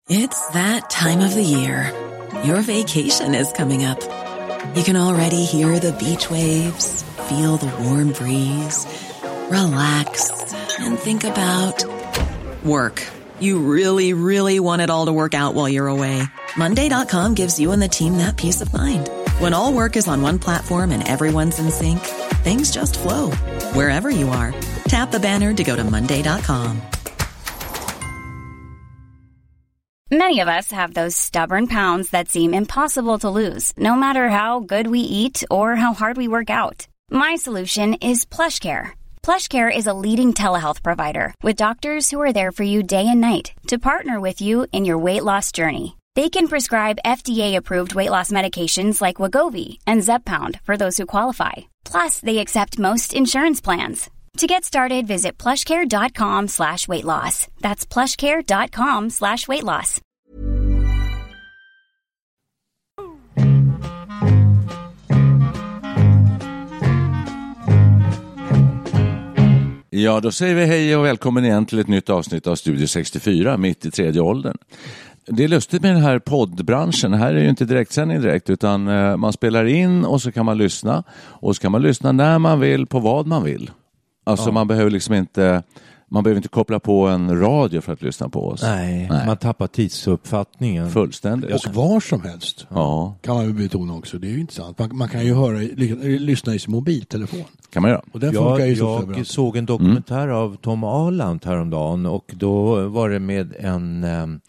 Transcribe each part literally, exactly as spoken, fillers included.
It's that time of the year. Your vacation is coming up. You can already hear the beach waves, feel the warm breeze, relax, and think about work. You really, really want it all to work out while you're away. Monday dot com gives you and the team that peace of mind. When all work is on one platform and everyone's in sync, things just flow. Wherever you are, tap the banner to go to Monday dot com. Many of us have those stubborn pounds that seem impossible to lose, no matter how good we eat or how hard we work out. My solution is PlushCare. PlushCare is a leading telehealth provider with doctors who are there for you day and night to partner with you in your weight loss journey. They can prescribe F D A-approved weight loss medications like Wegovy and Zepbound for those who qualify. Plus, they accept most insurance plans. To get started, visit plushcare.com slash weight loss. That's plushcare.com slash weight loss. Ja, då säger vi hej och välkommen igen till ett nytt avsnitt av Studio sextiofyra, mitt i tredje åldern. Det är lustigt med den här poddbranschen. Här är ju inte direktsändning direkt, utan man spelar in och så kan man lyssna. Och så kan man lyssna när man vill på vad man vill. Alltså ja. man behöver liksom inte man behöver inte koppla på en radio för att lyssna på oss. Nej, Nej. man tappar tidsuppfattningen. Fullständigt. Och var som helst. Ja. Kan man ju betona också. Det är ju intressant. Man, man kan ju höra, lyssna i sin mobiltelefon. Kan man göra. Och den funkar jag ju så jag såg en dokumentär mm. av Tom Aland häromdagen, och då var det med en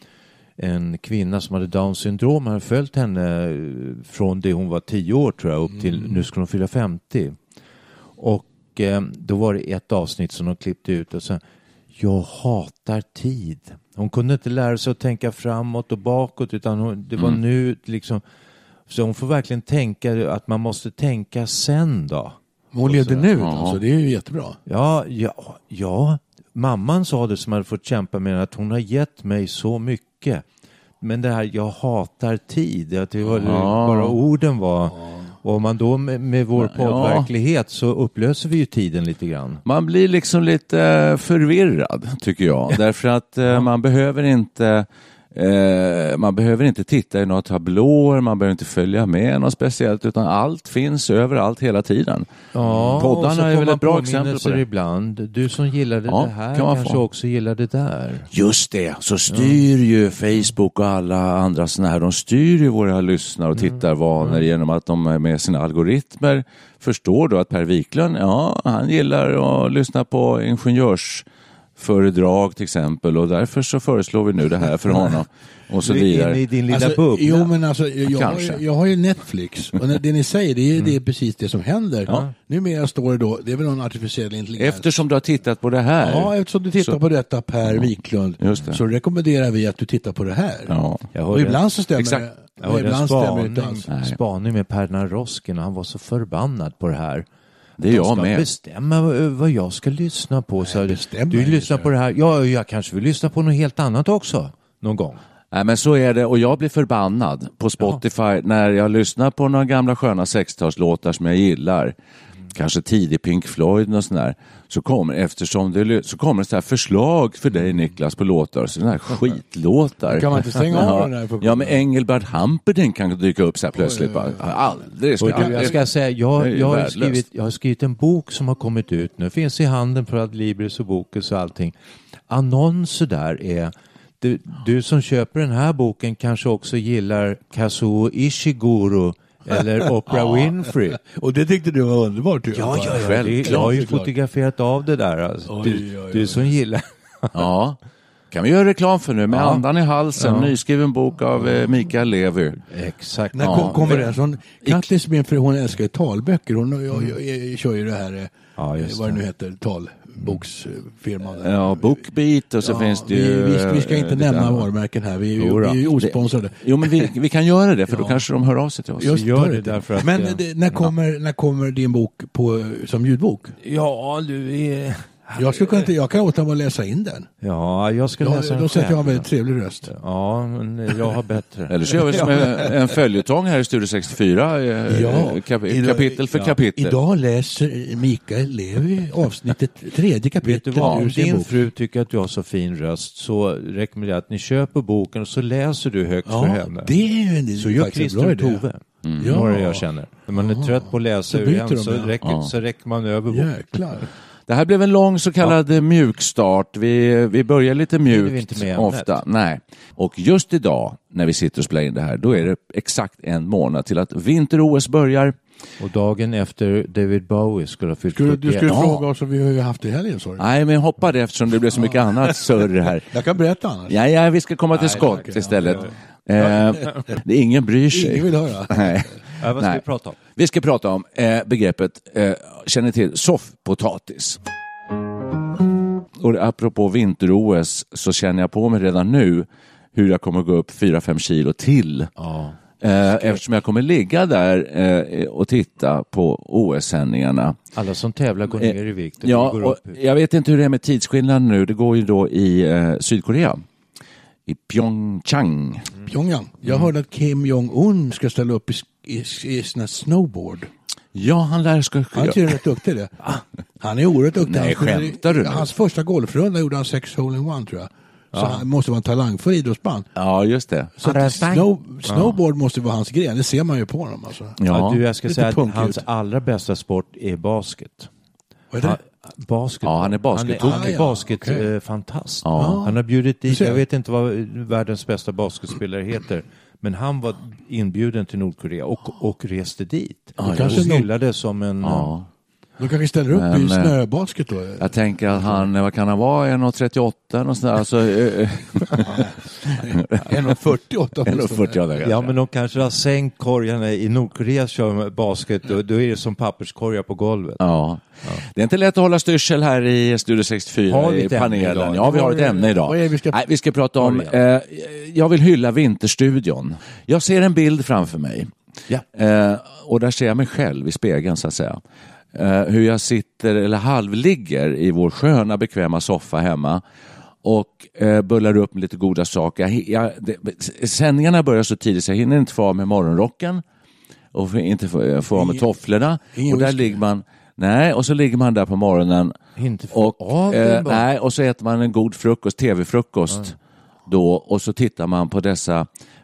en kvinna som hade Down syndrom. Han hade följt henne från det hon var tio år tror jag upp till mm. nu ska hon fylla femtio. Och då var det ett avsnitt som de klippte ut och sa: jag hatar tid. Hon kunde inte lära sig att tänka framåt och bakåt, utan hon, det var mm. nu liksom, så hon får verkligen tänka att man måste tänka sen då. Hon levde nu, alltså det är ju jättebra. Ja, ja, ja. Mamman sa det som hade fått kämpa med, att hon har gett mig så mycket. Men det här, jag hatar tid, att det var ja. bara orden var. Ja. Och om man då med, med vår poddverklighet ja. så upplöser vi ju tiden lite grann. Man blir liksom lite förvirrad tycker jag. Därför att eh, man behöver inte eh, man behöver inte titta i några tablåer, man behöver inte följa med något speciellt, utan allt finns överallt hela tiden. Ja, poddarna är väl ett bra exempel på det. Ibland. Du som gillade ja, det här kan kanske få. också gillar det där. Just det, så styr ja. ju Facebook och alla andra såna här, de styr ju våra lyssnare och tittarvanor mm. genom att de med sina algoritmer förstår då att Per Wiklund, ja, han gillar att lyssna på ingenjörsföredrag till exempel, och därför så föreslår vi nu det här för honom och så vidare. I din lilla alltså, bubbla. Jo, men alltså, jag, har, jag har ju Netflix, och det ni säger, det är, mm. det är precis det som händer. Ja. Numera står det då, det är väl någon artificiell intelligens. Eftersom du har tittat på det här. Ja, eftersom du tittar så. på detta Per ja. Wiklund, så rekommenderar vi att du tittar på det här. Ja. Och ibland så stämmer Exakt. det. Jag hörde en spaning, spaning med Per Naroskin, och han var så förbannad på det här. Det är jag ska med. bestämma vad jag ska lyssna på. Nej, så du lyssnar på det här. Ja, jag kanske vill lyssna på något helt annat också någon gång. Nej, men så är det, och jag blir förbannad på Spotify ja. när jag lyssnar på några gamla sköna sextiotalslåtar som jag gillar. Mm. Kanske tidig Pink Floyd och sådär. Så kommer, eftersom det så kommer det så här förslag för dig Niklas på låtar, så här skitlåtar. Kan man inte stänga av den här? Ja, men Engelbert Humperdinck kan dyka upp så här plötsligt. Oj, oj, oj. Bara, aldrig ska jag, jag ska säga, jag, jag, har skrivit, jag har skrivit en bok som har kommit ut nu. Finns i handen på Adlibris och Bokus och allting. Annonser där är... Du, du som köper den här boken kanske också gillar Kazuo Ishiguro eller Oprah Winfrey. Och det tyckte du var underbart. Ja, ja, ja. Självklart. Jag har ju fotograferat av det där. Alltså. Oj, du, oj, oj, du som gillar. Ja, kan vi göra reklam för nu med ja. andan i halsen. Ja. Nyskriven bok av eh, Mikael Lewy. Exakt. När ja. kommer det? Sån, Kattis min fru, hon älskar ju talböcker. Hon jag, jag, jag, jag kör ju det här, ja, just vad det nu heter, talboksfirman. Ja, Bookbeat, och så ja, finns det ju... Vi, vi, vi ska inte nämna där. varumärken här, vi, vi, vi är ju osponsrade. Jo, men vi, vi kan göra det, för ja. då kanske de hör av sig till oss. Just gör det därför att... Men det, när, kommer, när kommer din bok på, som ljudbok? Ja, du är... Jag, skulle kunna, jag kan åta mig att läsa in den. Ja, jag ska läsa den. Då sätter jag har en väldigt trevlig röst. Ja, men jag har bättre. Eller så gör vi som en följetong här i Studio sextiofyra, ja, kap- idag, kapitel för ja, kapitel. Idag läser Mikael Levi avsnittet tredje kapitlet. Vet du vad, om din fru tycker att du har så fin röst så rekommenderar jag att ni köper boken och så läser du högt ja, för henne. Det är en, så gör Christer och Tove. Mm. Ja. Några jag känner. När man är trött på att läsa ur hem så, räcker, ja. så räcker man över boken. Jäklar. Det här blev en lång så kallad ja. mjukstart. Vi, vi börjar lite mjukt ofta. Nej. Och just idag när vi sitter och spelar in det här, då är det exakt en månad till att vinter-O S börjar. Och dagen efter David Bowie skulle ha fyllt skulle, Du skulle ja. fråga oss om vi har haft det i helgen, sorry. Nej, men jag hoppade eftersom det blev så mycket ja. annat surr här. Jag kan berätta annars. Ja, ja, vi ska komma till Nej, skott okay, istället. Ja. Eh, det är ingen bryr sig. Ingen vill höra. Nej. Ja, vad ska Nej. vi prata om? Vi ska prata om eh, begreppet, eh, känner till, soffpotatis. Och apropå vinter-O S så känner jag på mig redan nu hur jag kommer gå upp fyra fem kilo till. Ja. Eh, eftersom jag kommer ligga där eh, och titta på O S-sändningarna. Alla som tävlar går ner i vikt. Och ja, går och upp. jag vet inte hur det är med tidsskillnaden nu. Det går ju då i eh, Sydkorea. I Pyeongchang. Mm. Pyongyang. Jag mm. hörde att Kim Jong-Un ska ställa upp i, i, i sina snowboard. Ja, han lär ska... Han är rätt duktig det. Han är oerhört duktig. Nej, skämtar du nu? Hans första golfrunda gjorde han sex hole in one, tror jag. Så ja. han måste vara en talangfull idrottsman. Ja, just det. Så att snow, snowboard ja. måste vara hans grej. Det ser man ju på honom. Alltså. Ja. Ja, du, jag ska Lite säga att hans allra bästa sport är basket. Vad är det? Han, basket. Ja, han är basket. Han är, han är basketfantast. Okay. Ja. Han har bjudit dit, jag vet inte vad världens bästa basketspelare heter. Men han var inbjuden till Nordkorea och, och reste dit. Ja, och hyllades som en... Ja. Då kanske ställer upp men, i snöbasket då. Jag tänker att han, vad kan han vara, en komma trettioåtta och sådär. Alltså, en komma fyrtioåtta. en komma fyrtioåtta. Ja, men de kanske har sänkt korgarna i Nordkorea kör basket. Då, då är det som papperskorgar på golvet. Ja. Ja. Det är inte lätt att hålla styrsel här i Studio sextiofyra i panelen. Ja, vi har ett ämne idag. Vad är vi ska... Nej, vi ska prata om, eh, jag vill hylla Vinterstudion. Jag ser en bild framför mig. Ja. Eh, och där ser jag mig själv i spegeln så att säga. Uh, hur jag sitter eller halvligger i vår sköna bekväma soffa hemma och uh, bullar upp med lite goda saker. Jag, jag, det, sändningarna börjar så tidigt så jag hinner inte få av med morgonrocken och inte få, få av med tofflorna. Och där ligger man, nej, och så ligger man där på morgonen och, av uh, nej, och så äter man en god frukost, tv-frukost mm. då, och så tittar man på dessa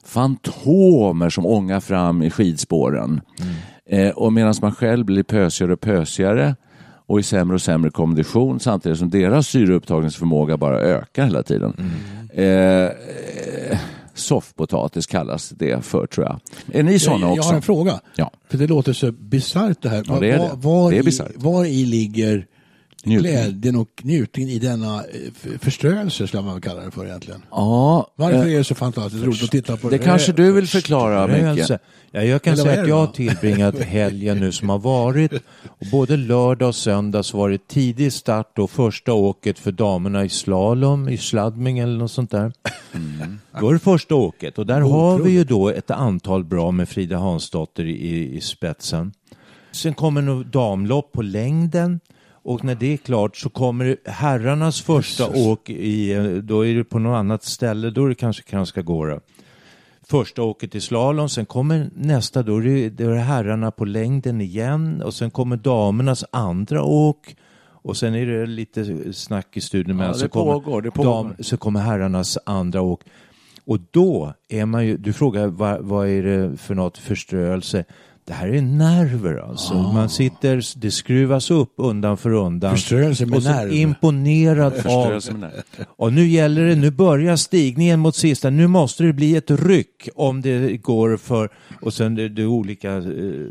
fantomer som ångar fram i skidspåren. Mm. Eh, och medan man själv blir pösigare och pösigare och i sämre och sämre kondition samtidigt som deras syreupptagningsförmåga bara ökar hela tiden. Mm. Eh, soffpotatis kallas det för, tror jag. Är ni sådana också? Jag har en fråga. Ja. För det låter så bisarrt det här. Ja, det är det. Var, det är i, bisarrt. var i ligger njutning. Glädjen och njutningen i denna förströelse, ska man kalla det för egentligen? Ja. Varför är det så fantastiskt roligt att titta på det? Det kanske du vill förklara mycket. Ja, jag kan Eller säga att jag har tillbringat helgen nu som har varit. Och både lördag och söndag så var det tidig start och första åket för damerna i slalom, i sladdming eller något sånt där. Mm. Då är det första åket. Och där oh, har vi ju då ett antal bra med Frida Hansdotter i, i spetsen. Sen kommer nog damlopp på längden. Och när det är klart så kommer herrarnas första Jesus. åk i, då är det på något annat ställe, då är det kanske Kranjska Gora. Första åket i slalom, sen kommer nästa, då är det, då är det herrarna på längden igen. Och sen kommer damernas andra åk. Och sen är det lite snack i studion. Ja, men det så, pågår, kommer det pågår. Dam, så kommer herrarnas andra åk. Och då är man ju, du frågar vad, vad är det för något förströelse? Det här är nerver alltså. Ah. Man sitter, det skruvas upp undan för undan. Förströelse med och så nerver. Imponerad av. Och nu gäller det, nu börjar stigningen mot sista. Nu måste det bli ett ryck om det går för, och sen det, det olika. Eh,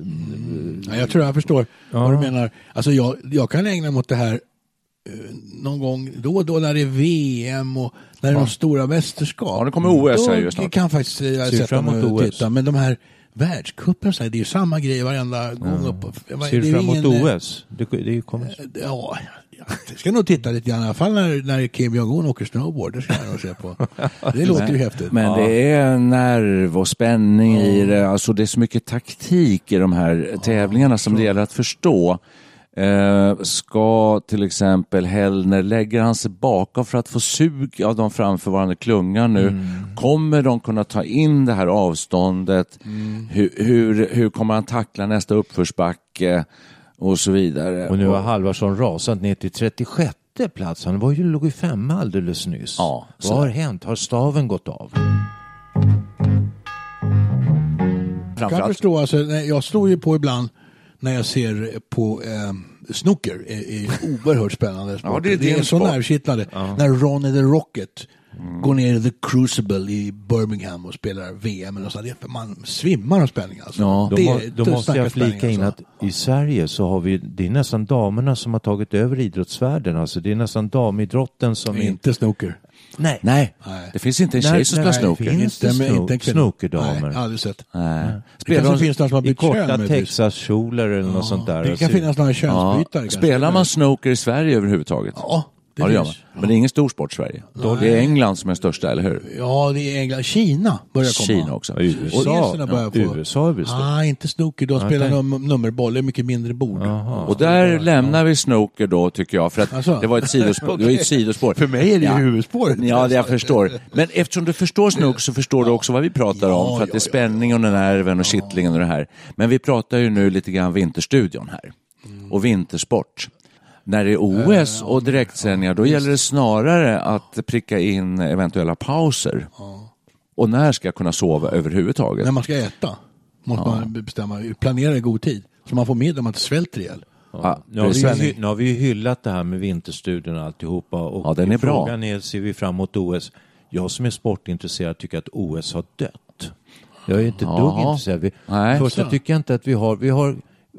mm. ja, jag tror jag förstår ja. vad du menar. Alltså jag, jag kan ägna mot det här eh, någon gång då och då när det är V M och när det är ja. de stora mästerskap. Ja, det kommer O S här just nu. Jag kan faktiskt eh, sätta mig och titta. Men de här världscupen, det är ju samma grej varenda ja. gång upp. Ser du fram emot O S? Det, det är ju kommit. Ja, jag ska nog titta lite grann i alla fall när, när Kim Jong-Un åker snowboard. Det ska jag nog se på. Det låter men, ju häftigt. Men ja. det är nerv och spänning ja. i det. Alltså det är så mycket taktik i de här tävlingarna som ja. det gäller att förstå. Eh, ska till exempel Hellner, lägger han sig bakom för att få sug av de framförvarande klungan nu? Mm. Kommer de kunna ta in det här avståndet? Mm. Hur, hur, hur kommer han tackla nästa uppförsbacke? Och så vidare. Och nu har Halvarsson rasat ner till trettiosjätte plats. Han var ju låg i femma alldeles nyss. Ja, vad har hänt? Har staven gått av? Jag kan förstå, alltså, jag slår ju på ibland när jag ser på eh, snooker. Det är, är oerhört spännande sport. Ja, det är, det är så nervkittlande. Ja. När Ronnie the Rocket mm. går ner i The Crucible i Birmingham och spelar V M. Och så, det, man svimmar av spänning. Alltså. Ja, det då, är, då måste jag flika in alltså. Att i Sverige så har vi, det är nästan damerna som har tagit över idrottsvärlden. Alltså, det är nästan damidrotten som... Inte är... snooker. Nej. nej, det finns inte en tjej nej, som spelar snooker. Finns det sno- snookerdamer? Nej, aldrig sett. Nej. Spelar de, finns någon som har bytt i korta Texas-kjolar eller ja, något sånt där. Det kan alltså. finnas några könsbytare. Ja. Spelar man snooker i Sverige överhuvudtaget? Ja, det, ja, det gör man. Men det är ingen stor sport i Sverige. Nej. Det är England som är största, eller hur? Ja, det är England. Kina börjar komma. Kina också. U S A. Och börjar ja, få... U S A är väl stort. Ah, inte snooker. De spelar okay. num- nummerboll. Det är mycket mindre bord. Aha. Och där ja. lämnar vi snooker då, tycker jag. För att alltså. det var ett sidospår. Det var ett sidospår. För mig är det ju ja. huvudspåret. Ja, det jag förstår. Men eftersom du förstår snooker så förstår ja. du också vad vi pratar ja, om. För att ja, det är spänning och nerven och ja. kittlingen och det här. Men vi pratar ju nu lite grann vinterstudion här. Mm. Och vintersport. När det är O S och direktsändningar, då gäller det snarare att pricka in eventuella pauser. Och när ska jag kunna sova överhuvudtaget? När man ska äta måste ja. man bestämma, planera i god tid. Så man får med om man inte svälter ihjäl. Ja, nu, har vi, nu har vi hyllat det här med vinterstudien och alltihopa. Och ja, den är bra. Frågan är, ser vi fram emot O S? Jag som är sportintresserad tycker att O S har dött. Jag är inte ja. dugg intresserad. Vi, först jag tycker jag inte att vi har... Vi har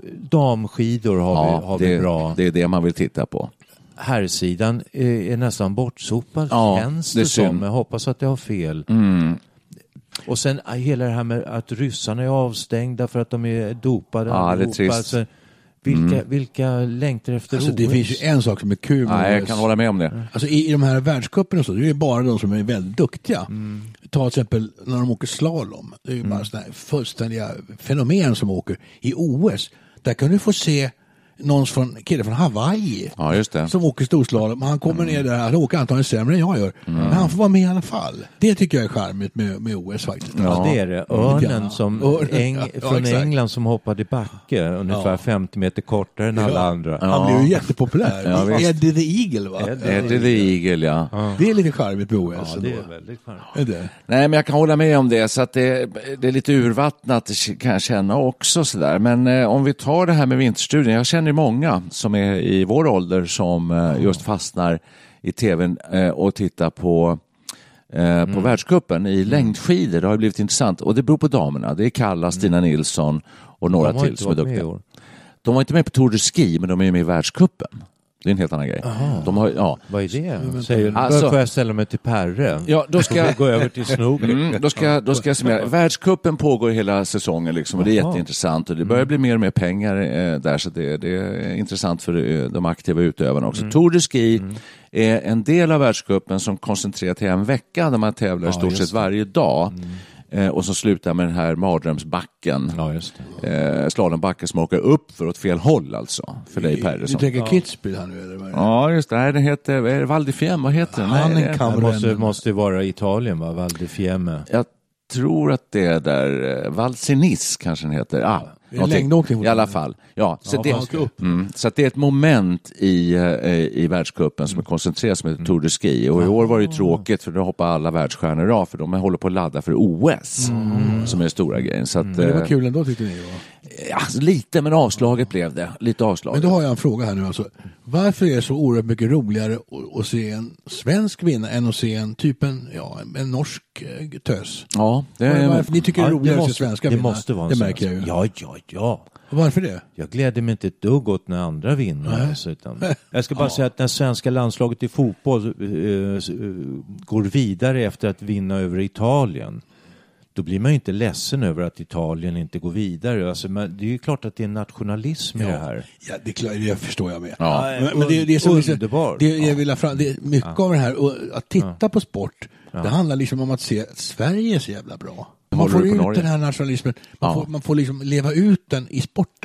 damskidor har, ja, vi, har det, vi bra. Det är det man vill titta på. Herrsidan är, är nästan bortsopad. Ja, känns det, det som. Jag hoppas att jag har fel. Mm. Och sen hela det här med att ryssarna är avstängda för att de är dopade. Ja, det är trist. Alltså, vilka, mm. vilka längtar efter alltså, O S? Det finns ju en sak som är kul med ja, jag kan hålla med om det. Alltså, i, i de här världscupen och så, det är bara de som är väldigt duktiga. Mm. Ta till exempel när de åker slalom. Det är ju mm. bara sådana här fullständiga fenomen som åker. I O S, där kan du få se någon från, kille från Hawaii ja, just det. som åker storslalom. Han kommer mm. ner där, han åker antagligen sämre än jag gör. Mm. Men han får vara med i alla fall. Det tycker jag är charmigt med, med O S faktiskt. Ja, ja det är det. Örnen som Örnen. Eng, från ja, England som hoppade i backe ungefär ja. femtio meter kortare än ja. alla andra. Ja. Han blev ju jättepopulär. Ja, Eddie the Eagle va? Eddie the Eagle, ja. ja. Det är lite charmigt med O S. Ja, det är väldigt charmigt. Är det? Nej, men jag kan hålla med om det. Så att det, det är lite urvattnat kan jag känna också sådär. Men eh, om vi tar det här med vinterstudien. Jag känner många som är i vår ålder som eh, just fastnar i tvn eh, och tittar på eh, på mm. världscupen i längdskidor. Det har blivit intressant. Och det beror på damerna. Det är Kalla, Stina Nilsson och några till som är duktiga. De var inte med på Tour de Ski, men de är med i världscupen. Det är en helt annan grej. De har, ja. Vad är det? Säger, alltså, får jag ställa mig till Perre? Ja, då ska jag gå över till snooker. Mm, då ska, då ska jag summera. Världscupen pågår hela säsongen liksom, och det är Aha. jätteintressant. Och det börjar bli mer och mer pengar eh, där, så det, det är intressant för eh, de aktiva utövarna också. Mm. Tour de Ski mm. är en del av världscupen som koncentrerar till en vecka där man tävlar i stort ja, sett varje dag. Mm. Eh, och så slutar med den här mardrömsbacken. Ja, just det. Eh, slalombacken som åker upp för åt fel håll alltså. För dig Per. Du tänker ja. Kitzbühel här nu eller? Ja, just det. Nej, den heter vad är det, Val di Fiemme, vad heter den? Nej, det, det måste, måste vara Italien va? Val di Fiemme. Jag tror att det är där Val Sinis kanske den heter. Ah, längdåkning i alla fall. Ja, så, ja, det, mm, så att det är ett moment i, i, i världscupen som är koncentrerat som heter Tour de Ski. Och i år var det ju tråkigt för då hoppar alla världsstjärnor av för de håller på att ladda för O S mm. som är stora grejen. Så att, mm. Det var kul ändå tyckte ni va? Ja, lite, men avslaget blev det. Lite avslaget. Men då har jag en fråga här nu alltså. Varför är det så oerhört mycket roligare att, att se en svensk vinna än att se en typen, ja, en norsk äh, tös? Ja, det är... Varför? Ni tycker det är roligare måste, att se svenska det vinna? Måste vara det märker jag ju. Ja, ja, ja. Varför det? Jag gläder mig inte ett dugg åt när andra vinner. Alltså, utan jag ska bara ja. säga att när svenska landslaget i fotboll uh, uh, går vidare efter att vinna över Italien, då blir man ju inte ledsen över att Italien inte går vidare. Alltså, man, det är ju klart att det är nationalism i ja. det här. Ja, det, är klart, det förstår jag med. Ja. Men, men det, det är så underbart. Det, jag vill ha fram, det är mycket ja. av det här. Och att titta ja. på sport, ja. det handlar liksom om att se att Sverige är så jävla bra. Man får ut den här nationalismen. Man, ja. får, man får liksom leva ut den i sporten.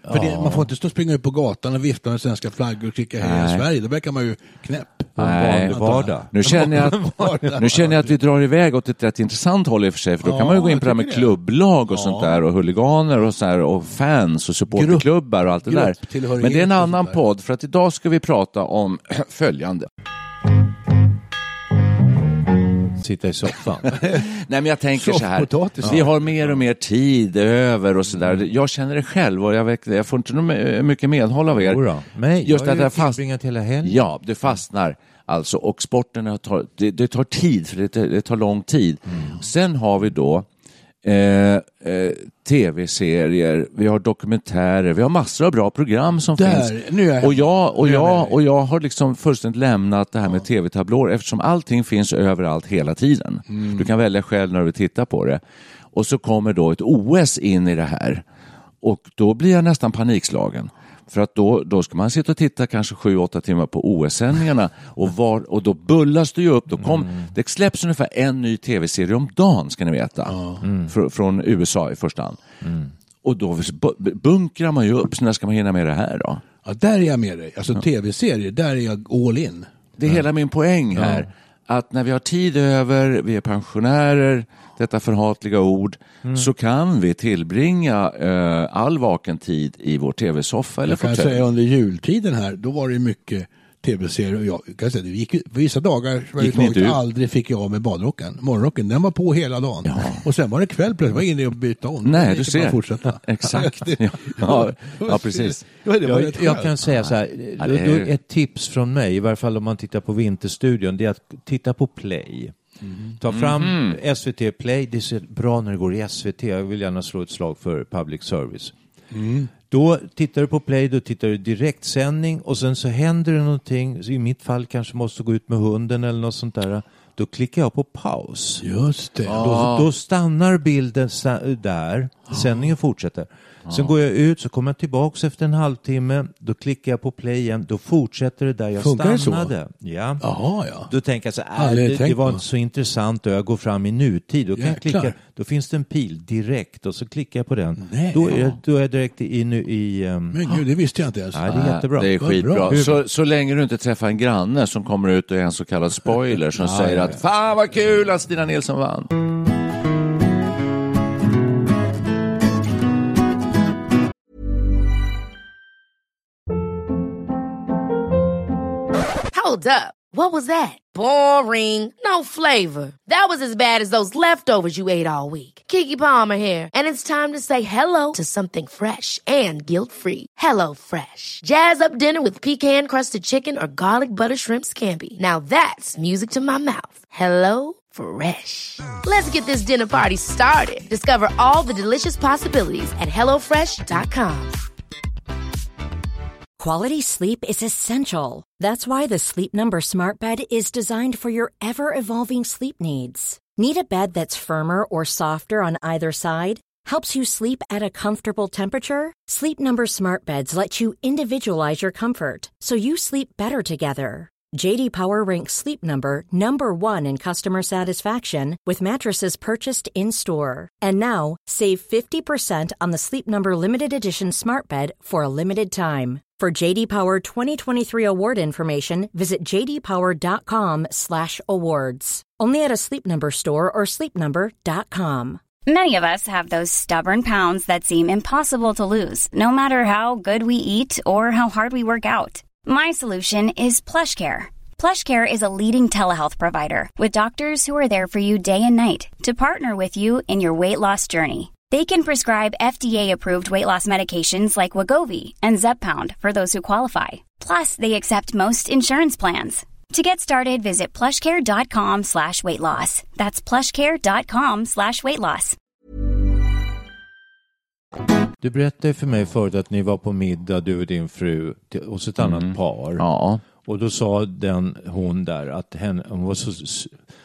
För det, man får inte stå och springa ut på gatan och vifta med svenska flaggor och klicka här i Sverige. Då verkar man ju knäpp. Nej, vardag. Nu känner, jag att, nu känner jag att vi drar iväg åt ett rätt intressant håll i och för sig. För då Ja, kan man ju gå in på det här med det. klubblag och Ja. sånt där. Och huliganer och, så här, och fans och supporterklubbar och allt det där. Grupptillhörighet Men det är en och annan sånt där. podd. För att idag ska vi prata om följande. Sitta i soffan. Nej, men jag tänker så här. Soffpotatis. Vi har mer och mer tid över och så där. Jag känner det själv och jag, vet, jag får inte nog mycket medhåll av er. Jodå. Men Just jag att har jag ju fast... tillbringat hela helgen. Ja, det fastnar. Alltså, och sporten tar, det, det tar tid, för det, det tar lång tid. Mm. Sen har vi då eh, eh, tv-serier, vi har dokumentärer, vi har massor av bra program som Där, finns. nu är jag och, jag, och, nu är jag jag, och jag har liksom fullständigt lämnat det här med tv-tablåer eftersom allting finns överallt hela tiden. Mm. Du kan välja själv när du tittar på det. Och så kommer då ett O S in i det här. Och då blir jag nästan panikslagen. För att då, då ska man sitta och titta kanske sju åtta timmar på O S-sändningarna och, var, och då bullas det ju upp. Då kom, mm. Det släpps ungefär en ny tv-serie om dagen, ska ni veta. Mm. Fr, från U S A i första hand. Mm. Och då bunkrar man ju upp, så när ska man hinna med det här då? Ja, där är jag med dig. Alltså ja. tv-serier, där är jag all in. Det är ja. hela min poäng här. Ja. Att när vi har tid över, vi är pensionärer, detta förhatliga ord, mm. så kan vi tillbringa eh, all vaken tid i vår tv-soffa eller jag kan fåtölj. säga under jultiden här, då var det mycket tv-serier. Och jag kan säga, det gick, vissa dagar gick jag aldrig fick jag av med badrocken. Morgonrocken, den var på hela dagen. Ja. Och sen var det kväll plötsligt, var jag inne och byta om. Nej, du ser. Fortsätta. Exakt. ja, ja, precis. Jag, jag kan säga så här, ja, det är... ett tips från mig, i varje fall om man tittar på Vinterstudion, det är att titta på Play. Mm. Ta fram mm. S V T Play, det är så bra när det går i S V T. Jag vill gärna slå ett slag för public service. Mm. Då tittar du på Play, då tittar du direktsändning och sen så händer det någonting, så i mitt fall kanske måste gå ut med hunden eller något sånt där. Då klickar jag på paus. Just det. Då, då stannar bilden där, sändningen fortsätter. Sen går jag ut, så kommer jag tillbaka efter en halvtimme, då klickar jag på play igen, då fortsätter det där jag Funkar stannade. Så? Ja. Jaha, ja. Då tänker jag så här, det, det var inte så intressant och jag går fram i nutid. Då, kan jag klicka, då finns det en pil direkt och så klickar jag på den. Nej, då, är, då är jag direkt i... Nu, i um... Men gud, det visste jag inte ens. Ja, det är jättebra. Det är skitbra. Så, så länge du inte träffar en granne som kommer ut och är en så kallad spoiler som ja, säger ja, ja. att fan vad kul att Stina Nilsson vann. Hold up. What was that? Boring. No flavor. That was as bad as those leftovers you ate all week. Keke Palmer here, and it's time to say hello to something fresh and guilt-free. Hello Fresh. Jazz up dinner with pecan-crusted chicken or garlic butter shrimp scampi. Now that's music to my mouth. Hello Fresh. Let's get this dinner party started. Discover all the delicious possibilities at hello fresh dot com. Quality sleep is essential. That's why the Sleep Number Smart Bed is designed for your ever-evolving sleep needs. Need a bed that's firmer or softer on either side? Helps you sleep at a comfortable temperature? Sleep Number Smart Beds let you individualize your comfort, so you sleep better together. J D Power ranks Sleep Number number one in customer satisfaction with mattresses purchased in-store. And now, save fifty percent on the Sleep Number Limited Edition Smart Bed for a limited time. For J D Power twenty twenty-three award information, visit j d power dot com slash awards. Only at a Sleep Number store or sleep number dot com. Many of us have those stubborn pounds that seem impossible to lose, no matter how good we eat or how hard we work out. My solution is PlushCare. PlushCare is a leading telehealth provider with doctors who are there for you day and night to partner with you in your weight loss journey. They can prescribe F D A-approved weight loss medications like Wegovy and Zepbound for those who qualify. Plus, they accept most insurance plans. To get started, visit plushcare.com slash weight loss. That's plushcare.com slash weight loss. Du berättade för mig förut att ni var på middag, du och din fru, hos ett annat mm. par. Ja. Och då sa den hon där att henne, hon var så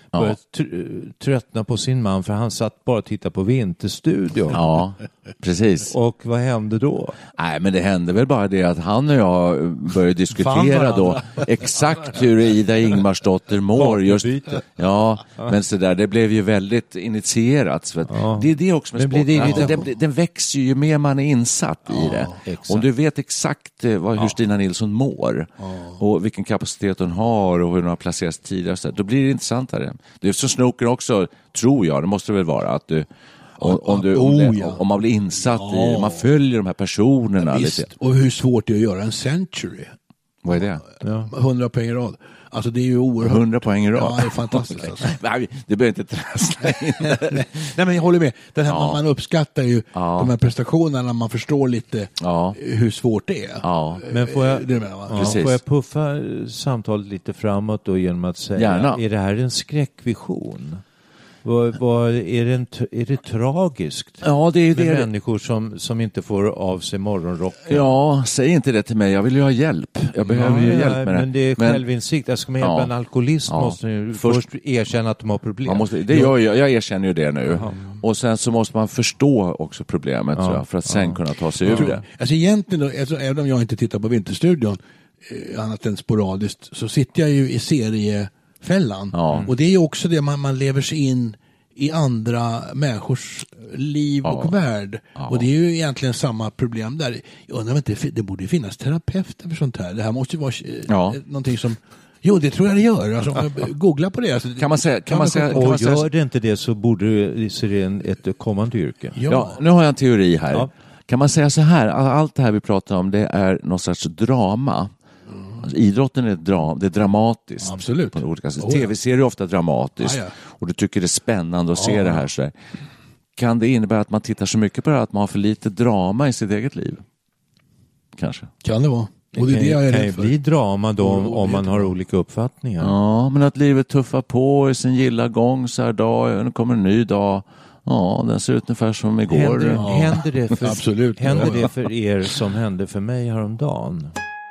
började tr- tröttna på sin man för han satt bara och tittade på Vinterstudion. Ja, precis. Och vad hände då? Nej, men det hände väl bara det att han och jag började diskutera då exakt hur Ida Ingmarsdotter mår. Just, ja, men så där, det blev ju väldigt initierat. För att Ja. det är det också med Men blir sporten. det Den, den, den växer ju mer man är insatt i det. exakt. Om du vet exakt eh, vad, hur Stina Nilsson mår och vilken kapacitet hon har och hur hon har placerats tidigare, så där, då blir det intressantare. Det är så snooker också, tror jag, det måste det väl vara, att du Om, om, du, om, Oh, det, ja. om man blir insatt Ja. i, man följer de här personerna. Visst, Lite. och hur svårt det är att göra en century. Vad är det? Ja. hundra poäng i rad. Alltså det är ju oerhört. hundra poäng i rad. Ja, det är fantastiskt. Alltså. Nej, det behöver inte trassla in. Nej, men jag håller med. Den här, Ja. man, man uppskattar ju Ja. de här prestationerna, man förstår lite Ja. hur svårt det är. Ja. Men får jag, Det menar man. ja, Precis. får jag puffa samtalet lite framåt då genom att säga, Gärna. är det här en skräckvision? Vad, vad, är, det en, är det tragiskt Ja, det är ju med det. människor som, som inte får av sig morgonrocken? Ja, säg inte det till mig. Jag vill ju ha hjälp. Jag behöver ju Ja, hjälp med det. men det är Men självinsikt. Ska man hjälpa Ja. en alkoholist Ja. måste man ju Först- först, erkänna att de har problem. man måste, det gör jag, jag erkänner ju det nu. Och sen så måste man förstå också problemet tror jag, för att sen kunna ta sig ur det. Alltså egentligen då, alltså, även om jag inte tittar på Vinterstudion eh, annat än sporadiskt, så sitter jag ju i seriefällan. Ja. Och det är ju också det, man, man lever sig in i andra människors liv Ja. och värld. Ja. Och det är ju egentligen samma problem där. Jag undrar om inte det borde finnas terapeuter för sånt här. Det här måste ju vara eh, Ja. någonting som... Jo, det tror jag det gör. Alltså, om jag googlar på det. Alltså, Kan man säga, kan man säga, kan man Och säga gör det inte det så borde det se det en, ett kommande yrke. Ja. Ja, nu har jag en teori här. Ja. Kan man säga så här, allt det här vi pratar om, det är någon sorts drama. Alltså, idrotten är, dra, det är dramatiskt. Absolut. På olika sätt. Oh, ja. Tv-serier är ofta dramatiskt. Ja, ja. Och du tycker det är spännande att se Ja. det här. Så här. Kan det innebära att man tittar så mycket på det här att man har för lite drama i sitt eget liv? Kanske. Kan det vara. Och det är kan, det jag är kan rädd ju för. bli drama då om, Oh, om man vet har jag. olika uppfattningar. Ja, men att livet tuffar på i sin gilla gång så här dag, nu kommer en ny dag. Ja, den ser ut ungefär som igår. Händer, Ja. händer, det för, Absolut. händer Ja. det för er som hände för mig häromdagen?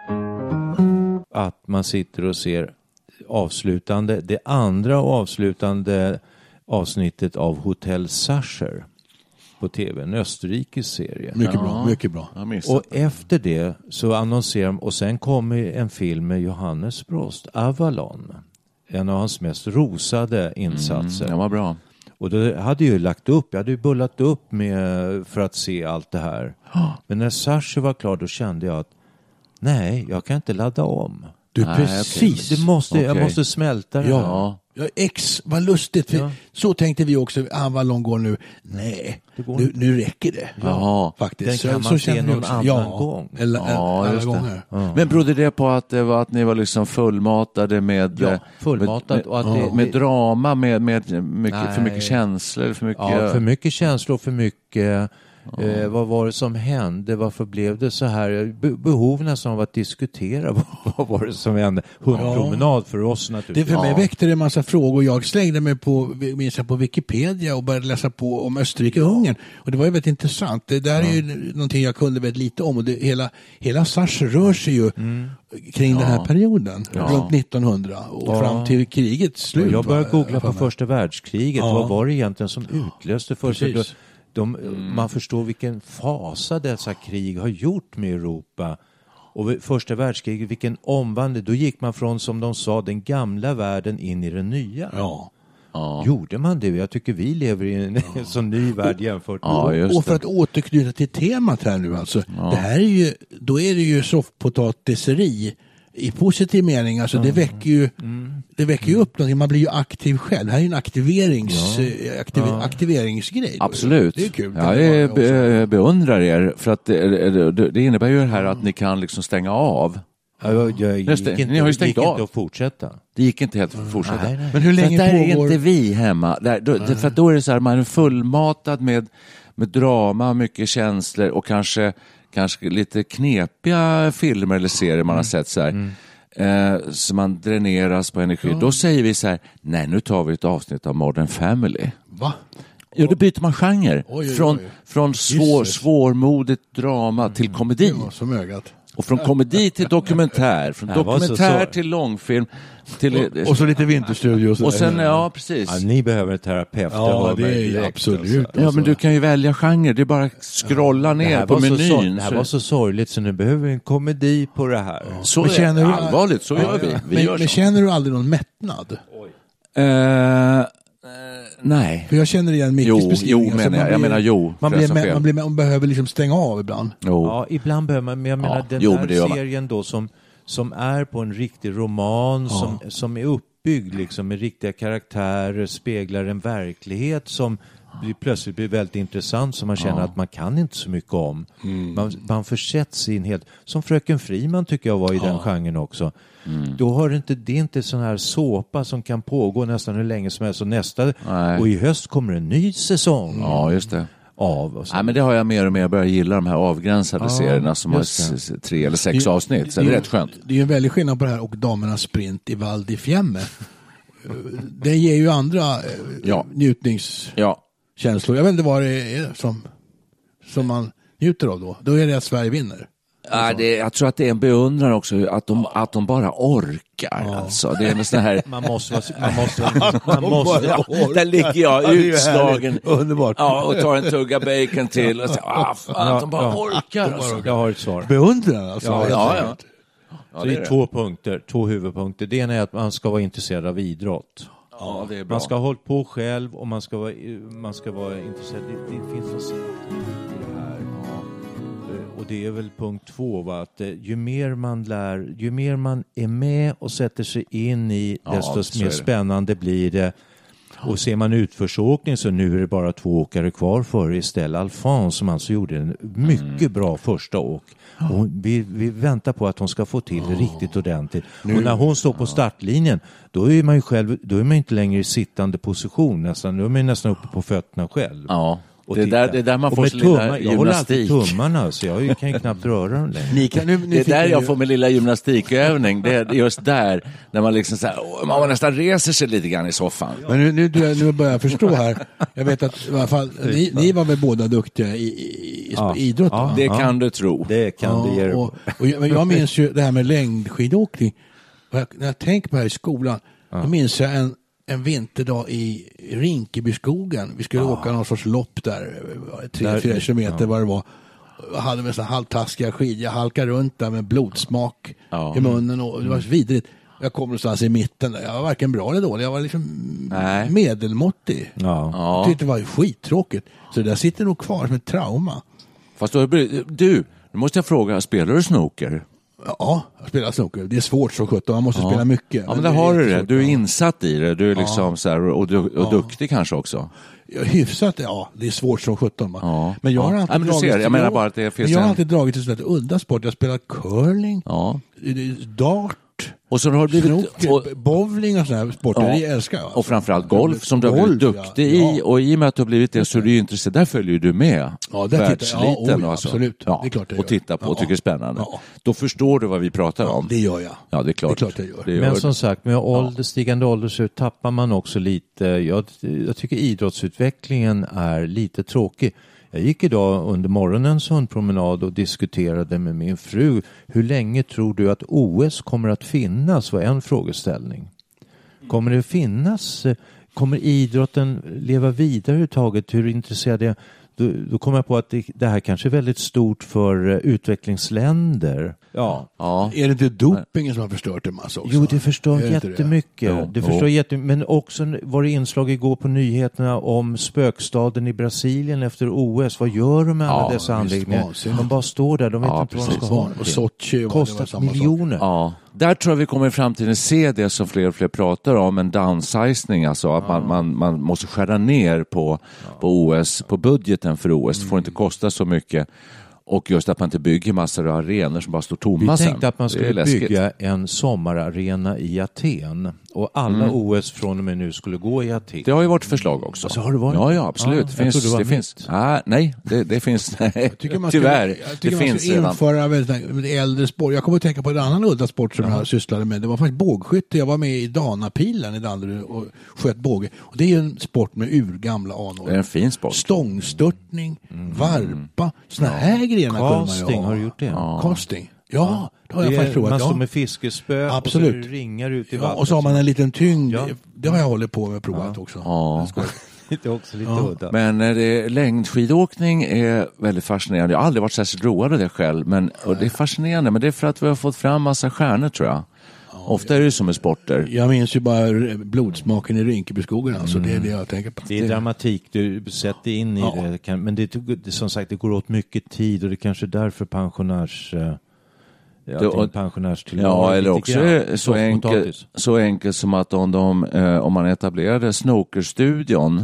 Att man sitter och ser avslutande, det andra och avslutande avsnittet av Hotel Sacher på tv, en österrikisk serie. Mycket Ja. bra, mycket bra. Jag missade. Och efter det så annonserar de, och sen kommer en film med Johannes Brost, Avalon. En av hans mest rosade insatser. Mm, det var bra. Och då hade jag ju lagt upp, jag hade ju bullat upp med, för att se allt det här. Men när Sacher var klar då kände jag att nej, jag kan inte ladda om. Du, Nej, precis. Det måste, Jag Okej. måste smälta det. Ja. Ja, ex, vad lustigt. För Ja. Så tänkte vi också. Ah, vad långt går nu? Nej, går nu, nu räcker det. Jaha. Faktiskt. Den kan så, man så se känner vi någon också. annan ja. gång. Eller, Ja, alla just det. gånger. Men berodde det på att det var att ni var liksom fullmatade med, Ja, eh, fullmatat med, och att med, det- med drama, med, med mycket, för Nej. mycket känslor, för mycket... Ja, för mycket känslor, för mycket... Eh, vad var det som hände? Varför blev det så här? Be- behov nästan av att diskutera vad, vad var det som hände? Hundpromenad för oss Det naturligtvis. för mig väckte det en massa frågor. Jag slängde mig på, minns jag, på Wikipedia och började läsa på om Österrike och Ungern. Och det var ju väldigt intressant. Det där är ju någonting jag kunde väldigt lite om. Och det, hela, hela Sacher rör sig ju kring den här perioden. Runt nittonhundra och Ja. fram till krigets slut. Och jag började va? googla på För mig. första världskriget. Ja. Vad var det egentligen som utlöste första? Precis. De, man förstår vilken fasa dessa krig har gjort med Europa. Och vid första världskriget, vilken omvandling. Då gick man från, som de sa, den gamla världen in i den nya. Ja. Ja. Gjorde man det? Jag tycker vi lever i en så ny värld jämfört med... Ja, just Och för det. att återknyta till temat här nu alltså. Det här är ju, då är det ju soffpotatiseri i positiv mening. Alltså det väcker ju, det väcker ju upp någonting. Man blir ju aktiv själv. Det här är ju en aktiverings, eh, aktiv, aktiveringsgrej. Absolut. Det är kul. Ja, jag be, beundrar er för att det, det, det innebär ju det här att ni kan liksom stänga av. Ja, jag, jag Just det, gick inte, ni har ju stängt gick av. inte att fortsätta. Det gick inte helt att fortsätta. Nej, nej. Men hur länge för att där är pågår... inte vi hemma. Där, då, för att då är det så här, man är fullmatad med, med drama, mycket känslor och kanske, kanske lite knepiga filmer eller serier man har sett så här. Eh, så man dräneras på energi. Då säger vi så här, nej nu tar vi ett avsnitt av Modern Family. Va? Ja, då byter man genre. Oj, oj, oj. Från, från svår, Jesus. svårmodigt drama till komedi. Det var som ögat. Och från komedi till dokumentär, från Det här var så dokumentär så. till långfilm. Till, Och så lite Vinterstudio. och sen, ja precis. Ja, ni behöver en terapeut. Ja, hör det mig är direkt, absolut. alltså. Ja, men du kan ju välja genre. Det är bara att scrolla Det ner här, på var så menyn. sor- det här så- var så sorgligt så nu behöver vi en komedi på det här. Så Men är känner det. du- Allvarligt, så gör vi. vi Men, gör men så. känner du aldrig någon mättnad? Eh, eh, nej. För jag känner igen Mickes Jo, beskrivning. jo, Alltså, menar jag. man Jag blir- menar jo, Man, för jag blir, sa man, fel. man, blir, man behöver liksom stänga av ibland. Jo. Ja, ibland behöver man, men jag menar Ja, den jo, där men det gör man. serien då som, som är på en riktig roman som, som är uppbyggd liksom med riktiga karaktärer, speglar en verklighet som blir, plötsligt blir väldigt intressant som man känner att man kan inte så mycket om. Mm. Man, man försätts i en helt, som Fröken Friman tycker jag var i den genren också. Mm. Då har det inte, det är inte sån här såpa som kan pågå nästan hur länge som helst och nästa, Nej. och i höst kommer en ny säsong Ja, just det. av. Och så. Nej, men det har jag mer och mer börjat gilla, de här avgränsade Ja, serierna som har just det. s- s- tre eller sex avsnitt. Så det är rätt skönt. Det är ju en väldig skillnad på det här och Damernas sprint i Val di Fiemme. Det ger ju andra eh, Ja. njutningskänslor. Ja. Jag vet inte vad det är som, som man njuter av då. Då är det att Sverige vinner. Ja, det, jag tror att det är en beundran också, att de, att de bara orkar. Alltså. Det är en sån här... Man måste, vara- man måste, man måste, Ja, där ligger jag utslagen. Underbart. Ja, och tar en tugga bacon till och så, ah, fan, de bara orkar. Alltså. jag har ett svar. Beundran alltså. Ja, helt ja, ja. enkelt. Ja, Så det det är är det. två punkter, två huvudpunkter. Det ena är att man ska vara intresserad av idrott. Ja, det är bra. Man ska ha hållit på själv och man ska vara, man ska vara intresserad. Det, det finns något i det här. Och det är väl punkt två, va? Att eh, ju mer man lär, ju mer man är med och sätter sig in i, Ja, desto så är mer det. spännande blir det. Och ser man utförsåkning så nu är det bara två åkare kvar för Estelle Alphonse som alltså gjorde en mycket Mm. bra första åk. Och vi, vi väntar på att hon ska få till det riktigt ordentligt. Och när hon står på startlinjen då är man ju själv, då är man inte längre i sittande position nästan. Då är man nästan uppe på fötterna själv. Ja, Och det är, titta. där, det är där man Och får med sin lilla tummar, jag håller alltid gymnastik. tummarna så jag kan ju knappt röra dem längre. Ni kan, nu, nu Det är fick där ni jag ju- får min lilla gymnastikövning. Det är just där, när man liksom så här, åh, man nästan reser sig lite grann i soffan. Men nu, nu, nu, nu börjar jag förstå här. Jag vet att i alla fall, ni, ni var väl båda duktiga i, i, i Ja. idrott? Ja. va? Det kan du tro. Det kan Ja, du ge och, och jag, men jag minns ju det här med längdskidåkning. Och jag, när jag tänker på det här i skolan, då minns jag en, en vinterdag i Rinkebyskogen. Vi skulle åka någon sorts lopp där, tre, Där- fyra kilometer ja. vad det var. Jag hade med så här halvtaskiga skidor, jag halkade runt där med blodsmak Ja. i munnen och det var så vidrigt. Jag kom någonstans i mitten där. Jag var varken bra eller dålig, jag var liksom Nej. medelmåttig. Ja. Jag tyckte det var skittråkigt. Så det där sitter nog kvar som ett trauma. Fast då, du, nu måste jag fråga, spelar du snooker? Ja, jag spelar snooker. Det är svårt så sjutton, man måste spela mycket. Ja, men där har du det. jättesvårt, Du är ja. insatt i det. Du är liksom så här, och, du, och duktig kanske också. Ja, hyfsat, ja. Det är svårt som sjutton. va? Ja. Men jag har Ja. alltid Ja, men du dragit ser, till- jag menar bara att det finns men jag har en- alltid dragit till sådär udda sport. Jag har spelat curling, Ja. dart, Och så har du blivit... snooker, Och, bowling och sådana här sporter. Ja. Det älskar jag. alltså. och framförallt golf som du har blivit Golf, ja. duktig i. Ja. Och i och med att du har blivit det så är du ju intresserad. Där följer ju du med. Ja, där tittar jag. Världsliten Ja, oj, och så. absolut. Ja. Det är klart jag och gör. tittar på och Ja. tycker det är spännande. Ja. Då förstår du vad vi pratar Ja, om. det gör jag. Ja, det är klart. Det är klart jag gör. Det gör Men du. som sagt, med ålder, stigande ålder så tappar man också lite. Jag, jag tycker idrottsutvecklingen är lite tråkig. Jag gick idag under morgonens hundpromenad och diskuterade med min fru. Hur länge tror du att O S kommer att finnas? Var en frågeställning. Kommer det finnas? Kommer idrotten leva vidare överhuvudtaget? Hur intresserad är jag? Då, då kommer jag på att det, det här kanske är väldigt stort för uh, utvecklingsländer. Ja. Ja. Är det inte dopingen som har förstört en massa också? Jo, det förstör Är det inte det? jättemycket. Jo, det jo. förstör jättemycket. Men också var det inslag igår på nyheterna om spökstaden i Brasilien efter O S. Vad gör de med alla Ja, dessa visst, anläggningar? vansinnigt. De bara står där, de vet Ja, inte vad de precis. ska ha. Och Sochi, det var Kostat samma sak. miljoner. Ja, där tror jag vi kommer i framtiden se det som fler och fler pratar om, en downsizing, alltså att man, man, man måste skära ner på, på O S, på budgeten för O S, det får inte kosta så mycket. Och just att man inte bygger massor av arenor som bara står tomma Vi sen. tänkte att man Det är skulle läskigt. bygga en sommararena i Aten. Och alla O S från och med nu skulle gå i Aten. Det har ju varit förslag också. Alltså, har det varit? Ja, ja, absolut. Ja, det jag finns, trodde det var det finns. nytt. Ah, nej, det, det finns. Nej, Tycker man ska, tyvärr. jag Det tycker man finns ska redan. införa väldigt äldre sport. Jag kommer att tänka på en annan udda sport som jag sysslade med. Det var faktiskt bågskytte. Jag var med i Danapilen i Danderyd och sköt båge. Och det är ju en sport med urgamla anor. Det är en fin sport. Stångstörtning, varpa, såna här grejer kunde man ju Casting, ha. har du gjort det? Ja. Casting. Ja, det har jag Det är- faktiskt provat. Man ja. står med fiskespö Absolut. och så ringar ut i Ja, vattnet. och så har man en liten tyngd. Ja. Det har jag hållit på med och provat också. Ja. Det är också lite Ja. udda. Men eh, det, längdskidåkning är väldigt fascinerande. Jag har aldrig varit särskilt road av det själv, men och det är fascinerande. Men det är för att vi har fått fram massa stjärnor, tror jag. Ofta är det ju som med sporter. Jag minns ju bara blodsmaken i Rinkebyskogen. Alltså, det är det jag tänker på. Det är dramatik, du sätter in i Ja. det. Kan, men det, tog- det, som sagt, det går åt mycket tid och det är kanske därför pensionärs... eh, Ja, Det- det, och- pensionärstillvaro Ja, är eller lite också grann. är det så enkelt, Soffpotatis. så enkelt som att om, de, eh, om man etablerade snookerstudion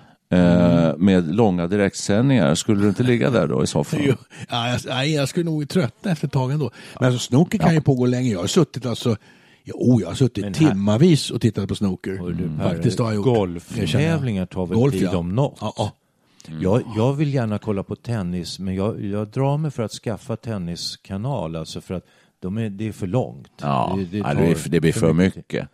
eh, med långa direktsändningar, skulle du inte ligga där då i soffan? Jo, ja, jag, nej, jag skulle nog tröttna efter ett tag ändå. Men alltså, snooker kan ju pågå länge. Jag har suttit alltså, jo, jag har suttit Men här- timmavis och tittat på snooker. Hör du, Mm. Per, Faktiskt har jag gjort. golftävlingar tar väl Golf, tid ja. om något. Ja, ja. Jag, jag vill gärna kolla på tennis, men jag, jag drar mig för att skaffa tenniskanal, alltså för att de är, det är för långt. Ja, det, ja, tar det, blir, det blir för mycket.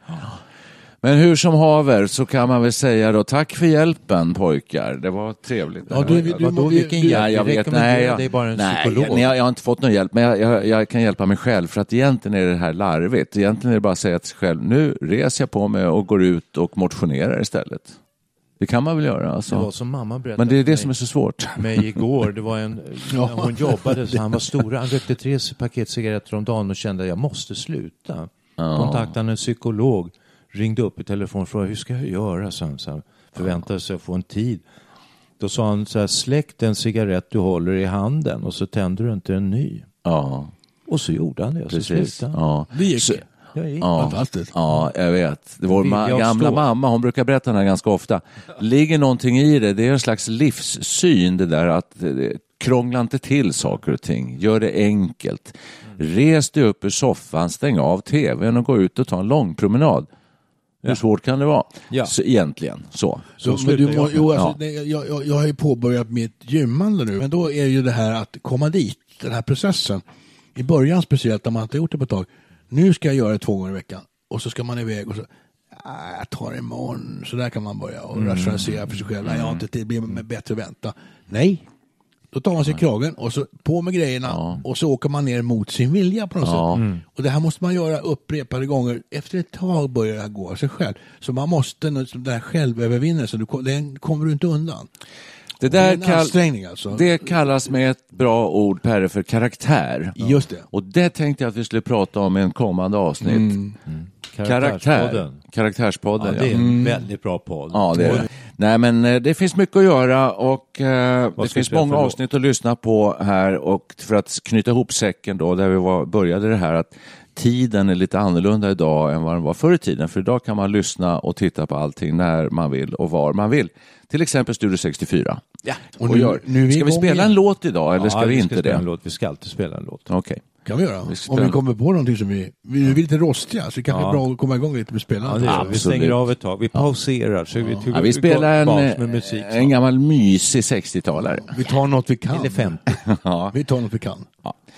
Men hur som haver så kan man väl säga då, tack för hjälpen pojkar. Det var trevligt. Ja, du, du, Vadå, du, vilken du, hjälp? Ja, jag Vi vet, rekommenderar nej, jag, dig bara en nej, psykolog. jag, jag, jag har inte fått någon hjälp, men jag, jag, jag kan hjälpa mig själv, för att egentligen är det här larvigt. Egentligen är det bara att säga till sig själv, nu reser jag på mig och går ut och motionerar istället. Det kan man väl göra. Alltså. Det var som mamma berättade Men det är det för som är mig, så svårt. mig igår. Det var en, när hon jobbade, så han var stora. Han rökte tre paket cigaretter om dagen och kände att jag måste sluta. Kontaktade en psykolog, ringde upp i telefon och frågade hur ska jag göra? Så han, så han förväntade sig att få en tid. Då sa han så här, släck den cigarett du håller i handen och så tänder du inte en ny. Ja, Och så gjorde han det, och så precis. slutade han. Ja. Det gick. Så, Jag gick. ja. Fantastiskt. Ja, jag vet. Det var Vill ma- jag gamla stå? mamma, hon brukar berätta det här ganska ofta. Ligger någonting i det, det är en slags livssyn det där att eh, krångla inte till saker och ting. Gör det enkelt. Res dig upp ur soffan, stäng av tvn och gå ut och ta en lång promenad. Hur svårt kan det vara? Ja. Så egentligen, så. Så, men slutar du må, jag. jo, alltså, Ja. det, jag, jag, jag har ju påbörjat mitt gymmande nu, men då är ju det här att komma dit, den här processen. I början speciellt, när man inte gjort det på ett tag. Nu ska jag göra det två gånger i veckan. Och så ska man iväg och så, ah, jag tar det imorgon. Så där kan man börja och rationalisera för sig själv. Nej, jag har inte tid, det blir bättre att vänta. Nej. Då tar man sig kragen och så på med grejerna Ja. och så åker man ner mot sin vilja på något Ja. sätt. Mm. Och det här måste man göra upprepade gånger. Efter ett tag börjar det här gå av sig själv. Så man måste, den här självövervinnelsen, den kommer du inte undan. Det, Det är där en kall- ansträngning alltså. det kallas med ett bra ord, Perre, för karaktär. Just det. Och det tänkte jag att vi skulle prata om i en kommande avsnitt. Mm. Karaktär. Karaktärspodden. Karaktärspodden, Ja, ja. det är en väldigt bra podd. Ja, det är det. Nej, men eh, det finns mycket att göra och eh, det ska finns vi spela många för avsnitt att lyssna på här, och för att knyta ihop säcken då, där vi var, började det här att tiden är lite annorlunda idag än vad den var förr i tiden. För idag kan man lyssna och titta på allting när man vill och var man vill. Till exempel Studio sextiofyra. Ja. Och Och nu, gör. nu är vi Ska vi igång spela igen. en låt idag eller ska Ja, vi ska inte spela det? En låt. Vi ska alltid spela en låt. Okej. Kan vi göra? Vi ska Om vi spela- kommer på någonting som vi... Vi är lite rostiga, så det kanske Ja. är bra att komma igång lite med Ja, spelandet. det gör vi. vi Absolut. stänger av ett tag. Vi pauserar. Så vi, Ja, vi spelar en, med musik. en gammal mysig sextiotalare. Vi tar något vi kan. Eller femtio. Ja. Vi tar något vi kan.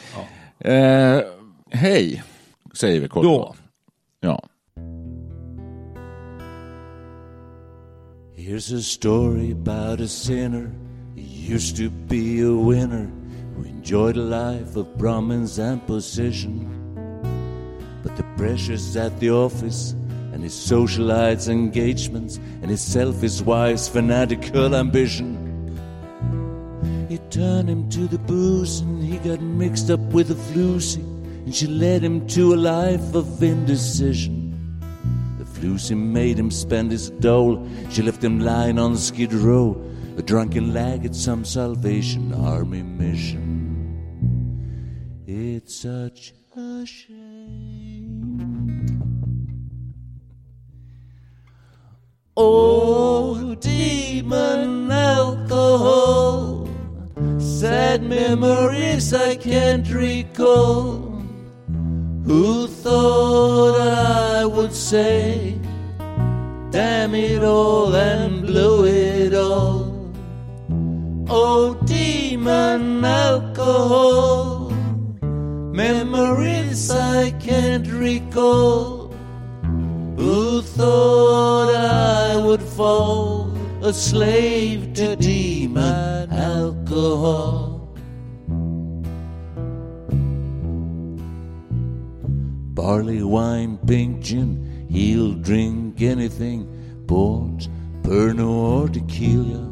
Eh, hej, säger vi kort. Då. Ja. Here's a story about a sinner. He used to be a winner who enjoyed a life of Brahmins and position. But the pressures at the office and his socialites engagements and his selfish wife's fanatical ambition, it turned him to the booze and he got mixed up with a flusy, and she led him to a life of indecision. The flusy made him spend his dole. She left him lying on Skid Row, a drunken lag at some Salvation Army mission. It's such a shame. Oh, demon alcohol, sad memories I can't recall. Who thought I would say, damn it all and blow it all? Oh, demon alcohol, memories I can't recall. Who thought I would fall a slave to demon alcohol? barley wine, pink gin, he'll drink anything, port, Pernod or tequila,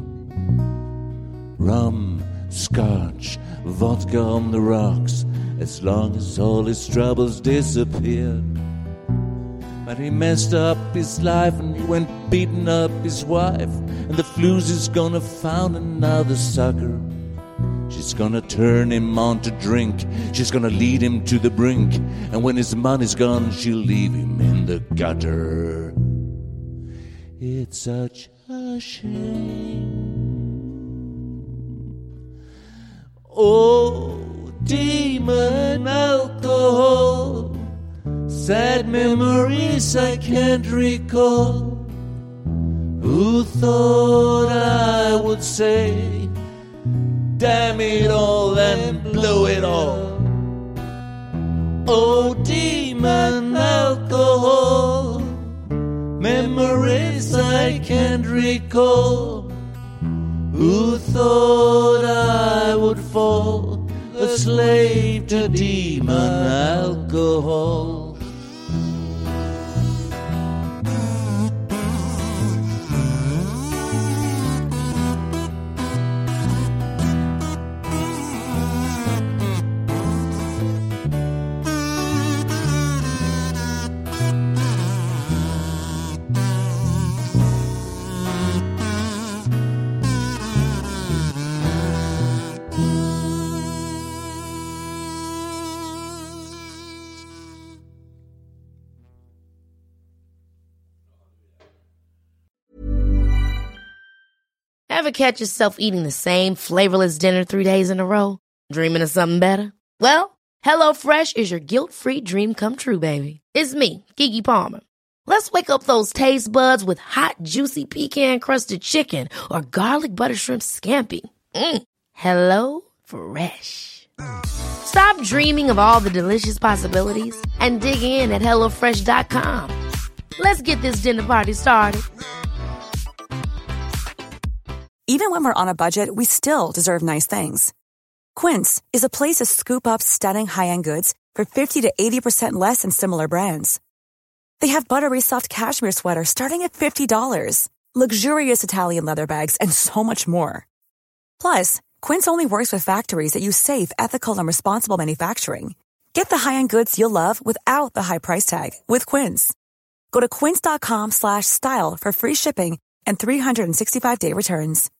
rum, scotch, vodka on the rocks, as long as all his troubles disappear. But he messed up his life and he went beating up his wife, and the flu's is gonna found another sucker. She's gonna turn him on to drink, she's gonna lead him to the brink, and when his money's gone, she'll leave him in the gutter. It's such a shame. Oh, demon alcohol, sad memories I can't recall. Who thought I would say, damn it all and blow it all? Oh, demon alcohol, memories I can't recall. Who thought I would fall a slave to demon alcohol? Ever catch yourself eating the same flavorless dinner three days in a row? Dreaming of something better? Well, HelloFresh is your guilt-free dream come true, baby. It's me, Keke Palmer. Let's wake up those taste buds with hot, juicy pecan-crusted chicken or garlic butter shrimp scampi. Mm. Hello Fresh. Stop dreaming of all the delicious possibilities and dig in at hello fresh dot com. Let's get this dinner party started. Even when we're on a budget, we still deserve nice things. Quince is a place to scoop up stunning high-end goods for fifty to eighty percent less than similar brands. They have buttery soft cashmere sweaters starting at fifty dollars, luxurious Italian leather bags, and so much more. Plus, Quince only works with factories that use safe, ethical, and responsible manufacturing. Get the high-end goods you'll love without the high price tag with Quince. Go to quince dot com slash style for free shipping and three sixty-five day returns.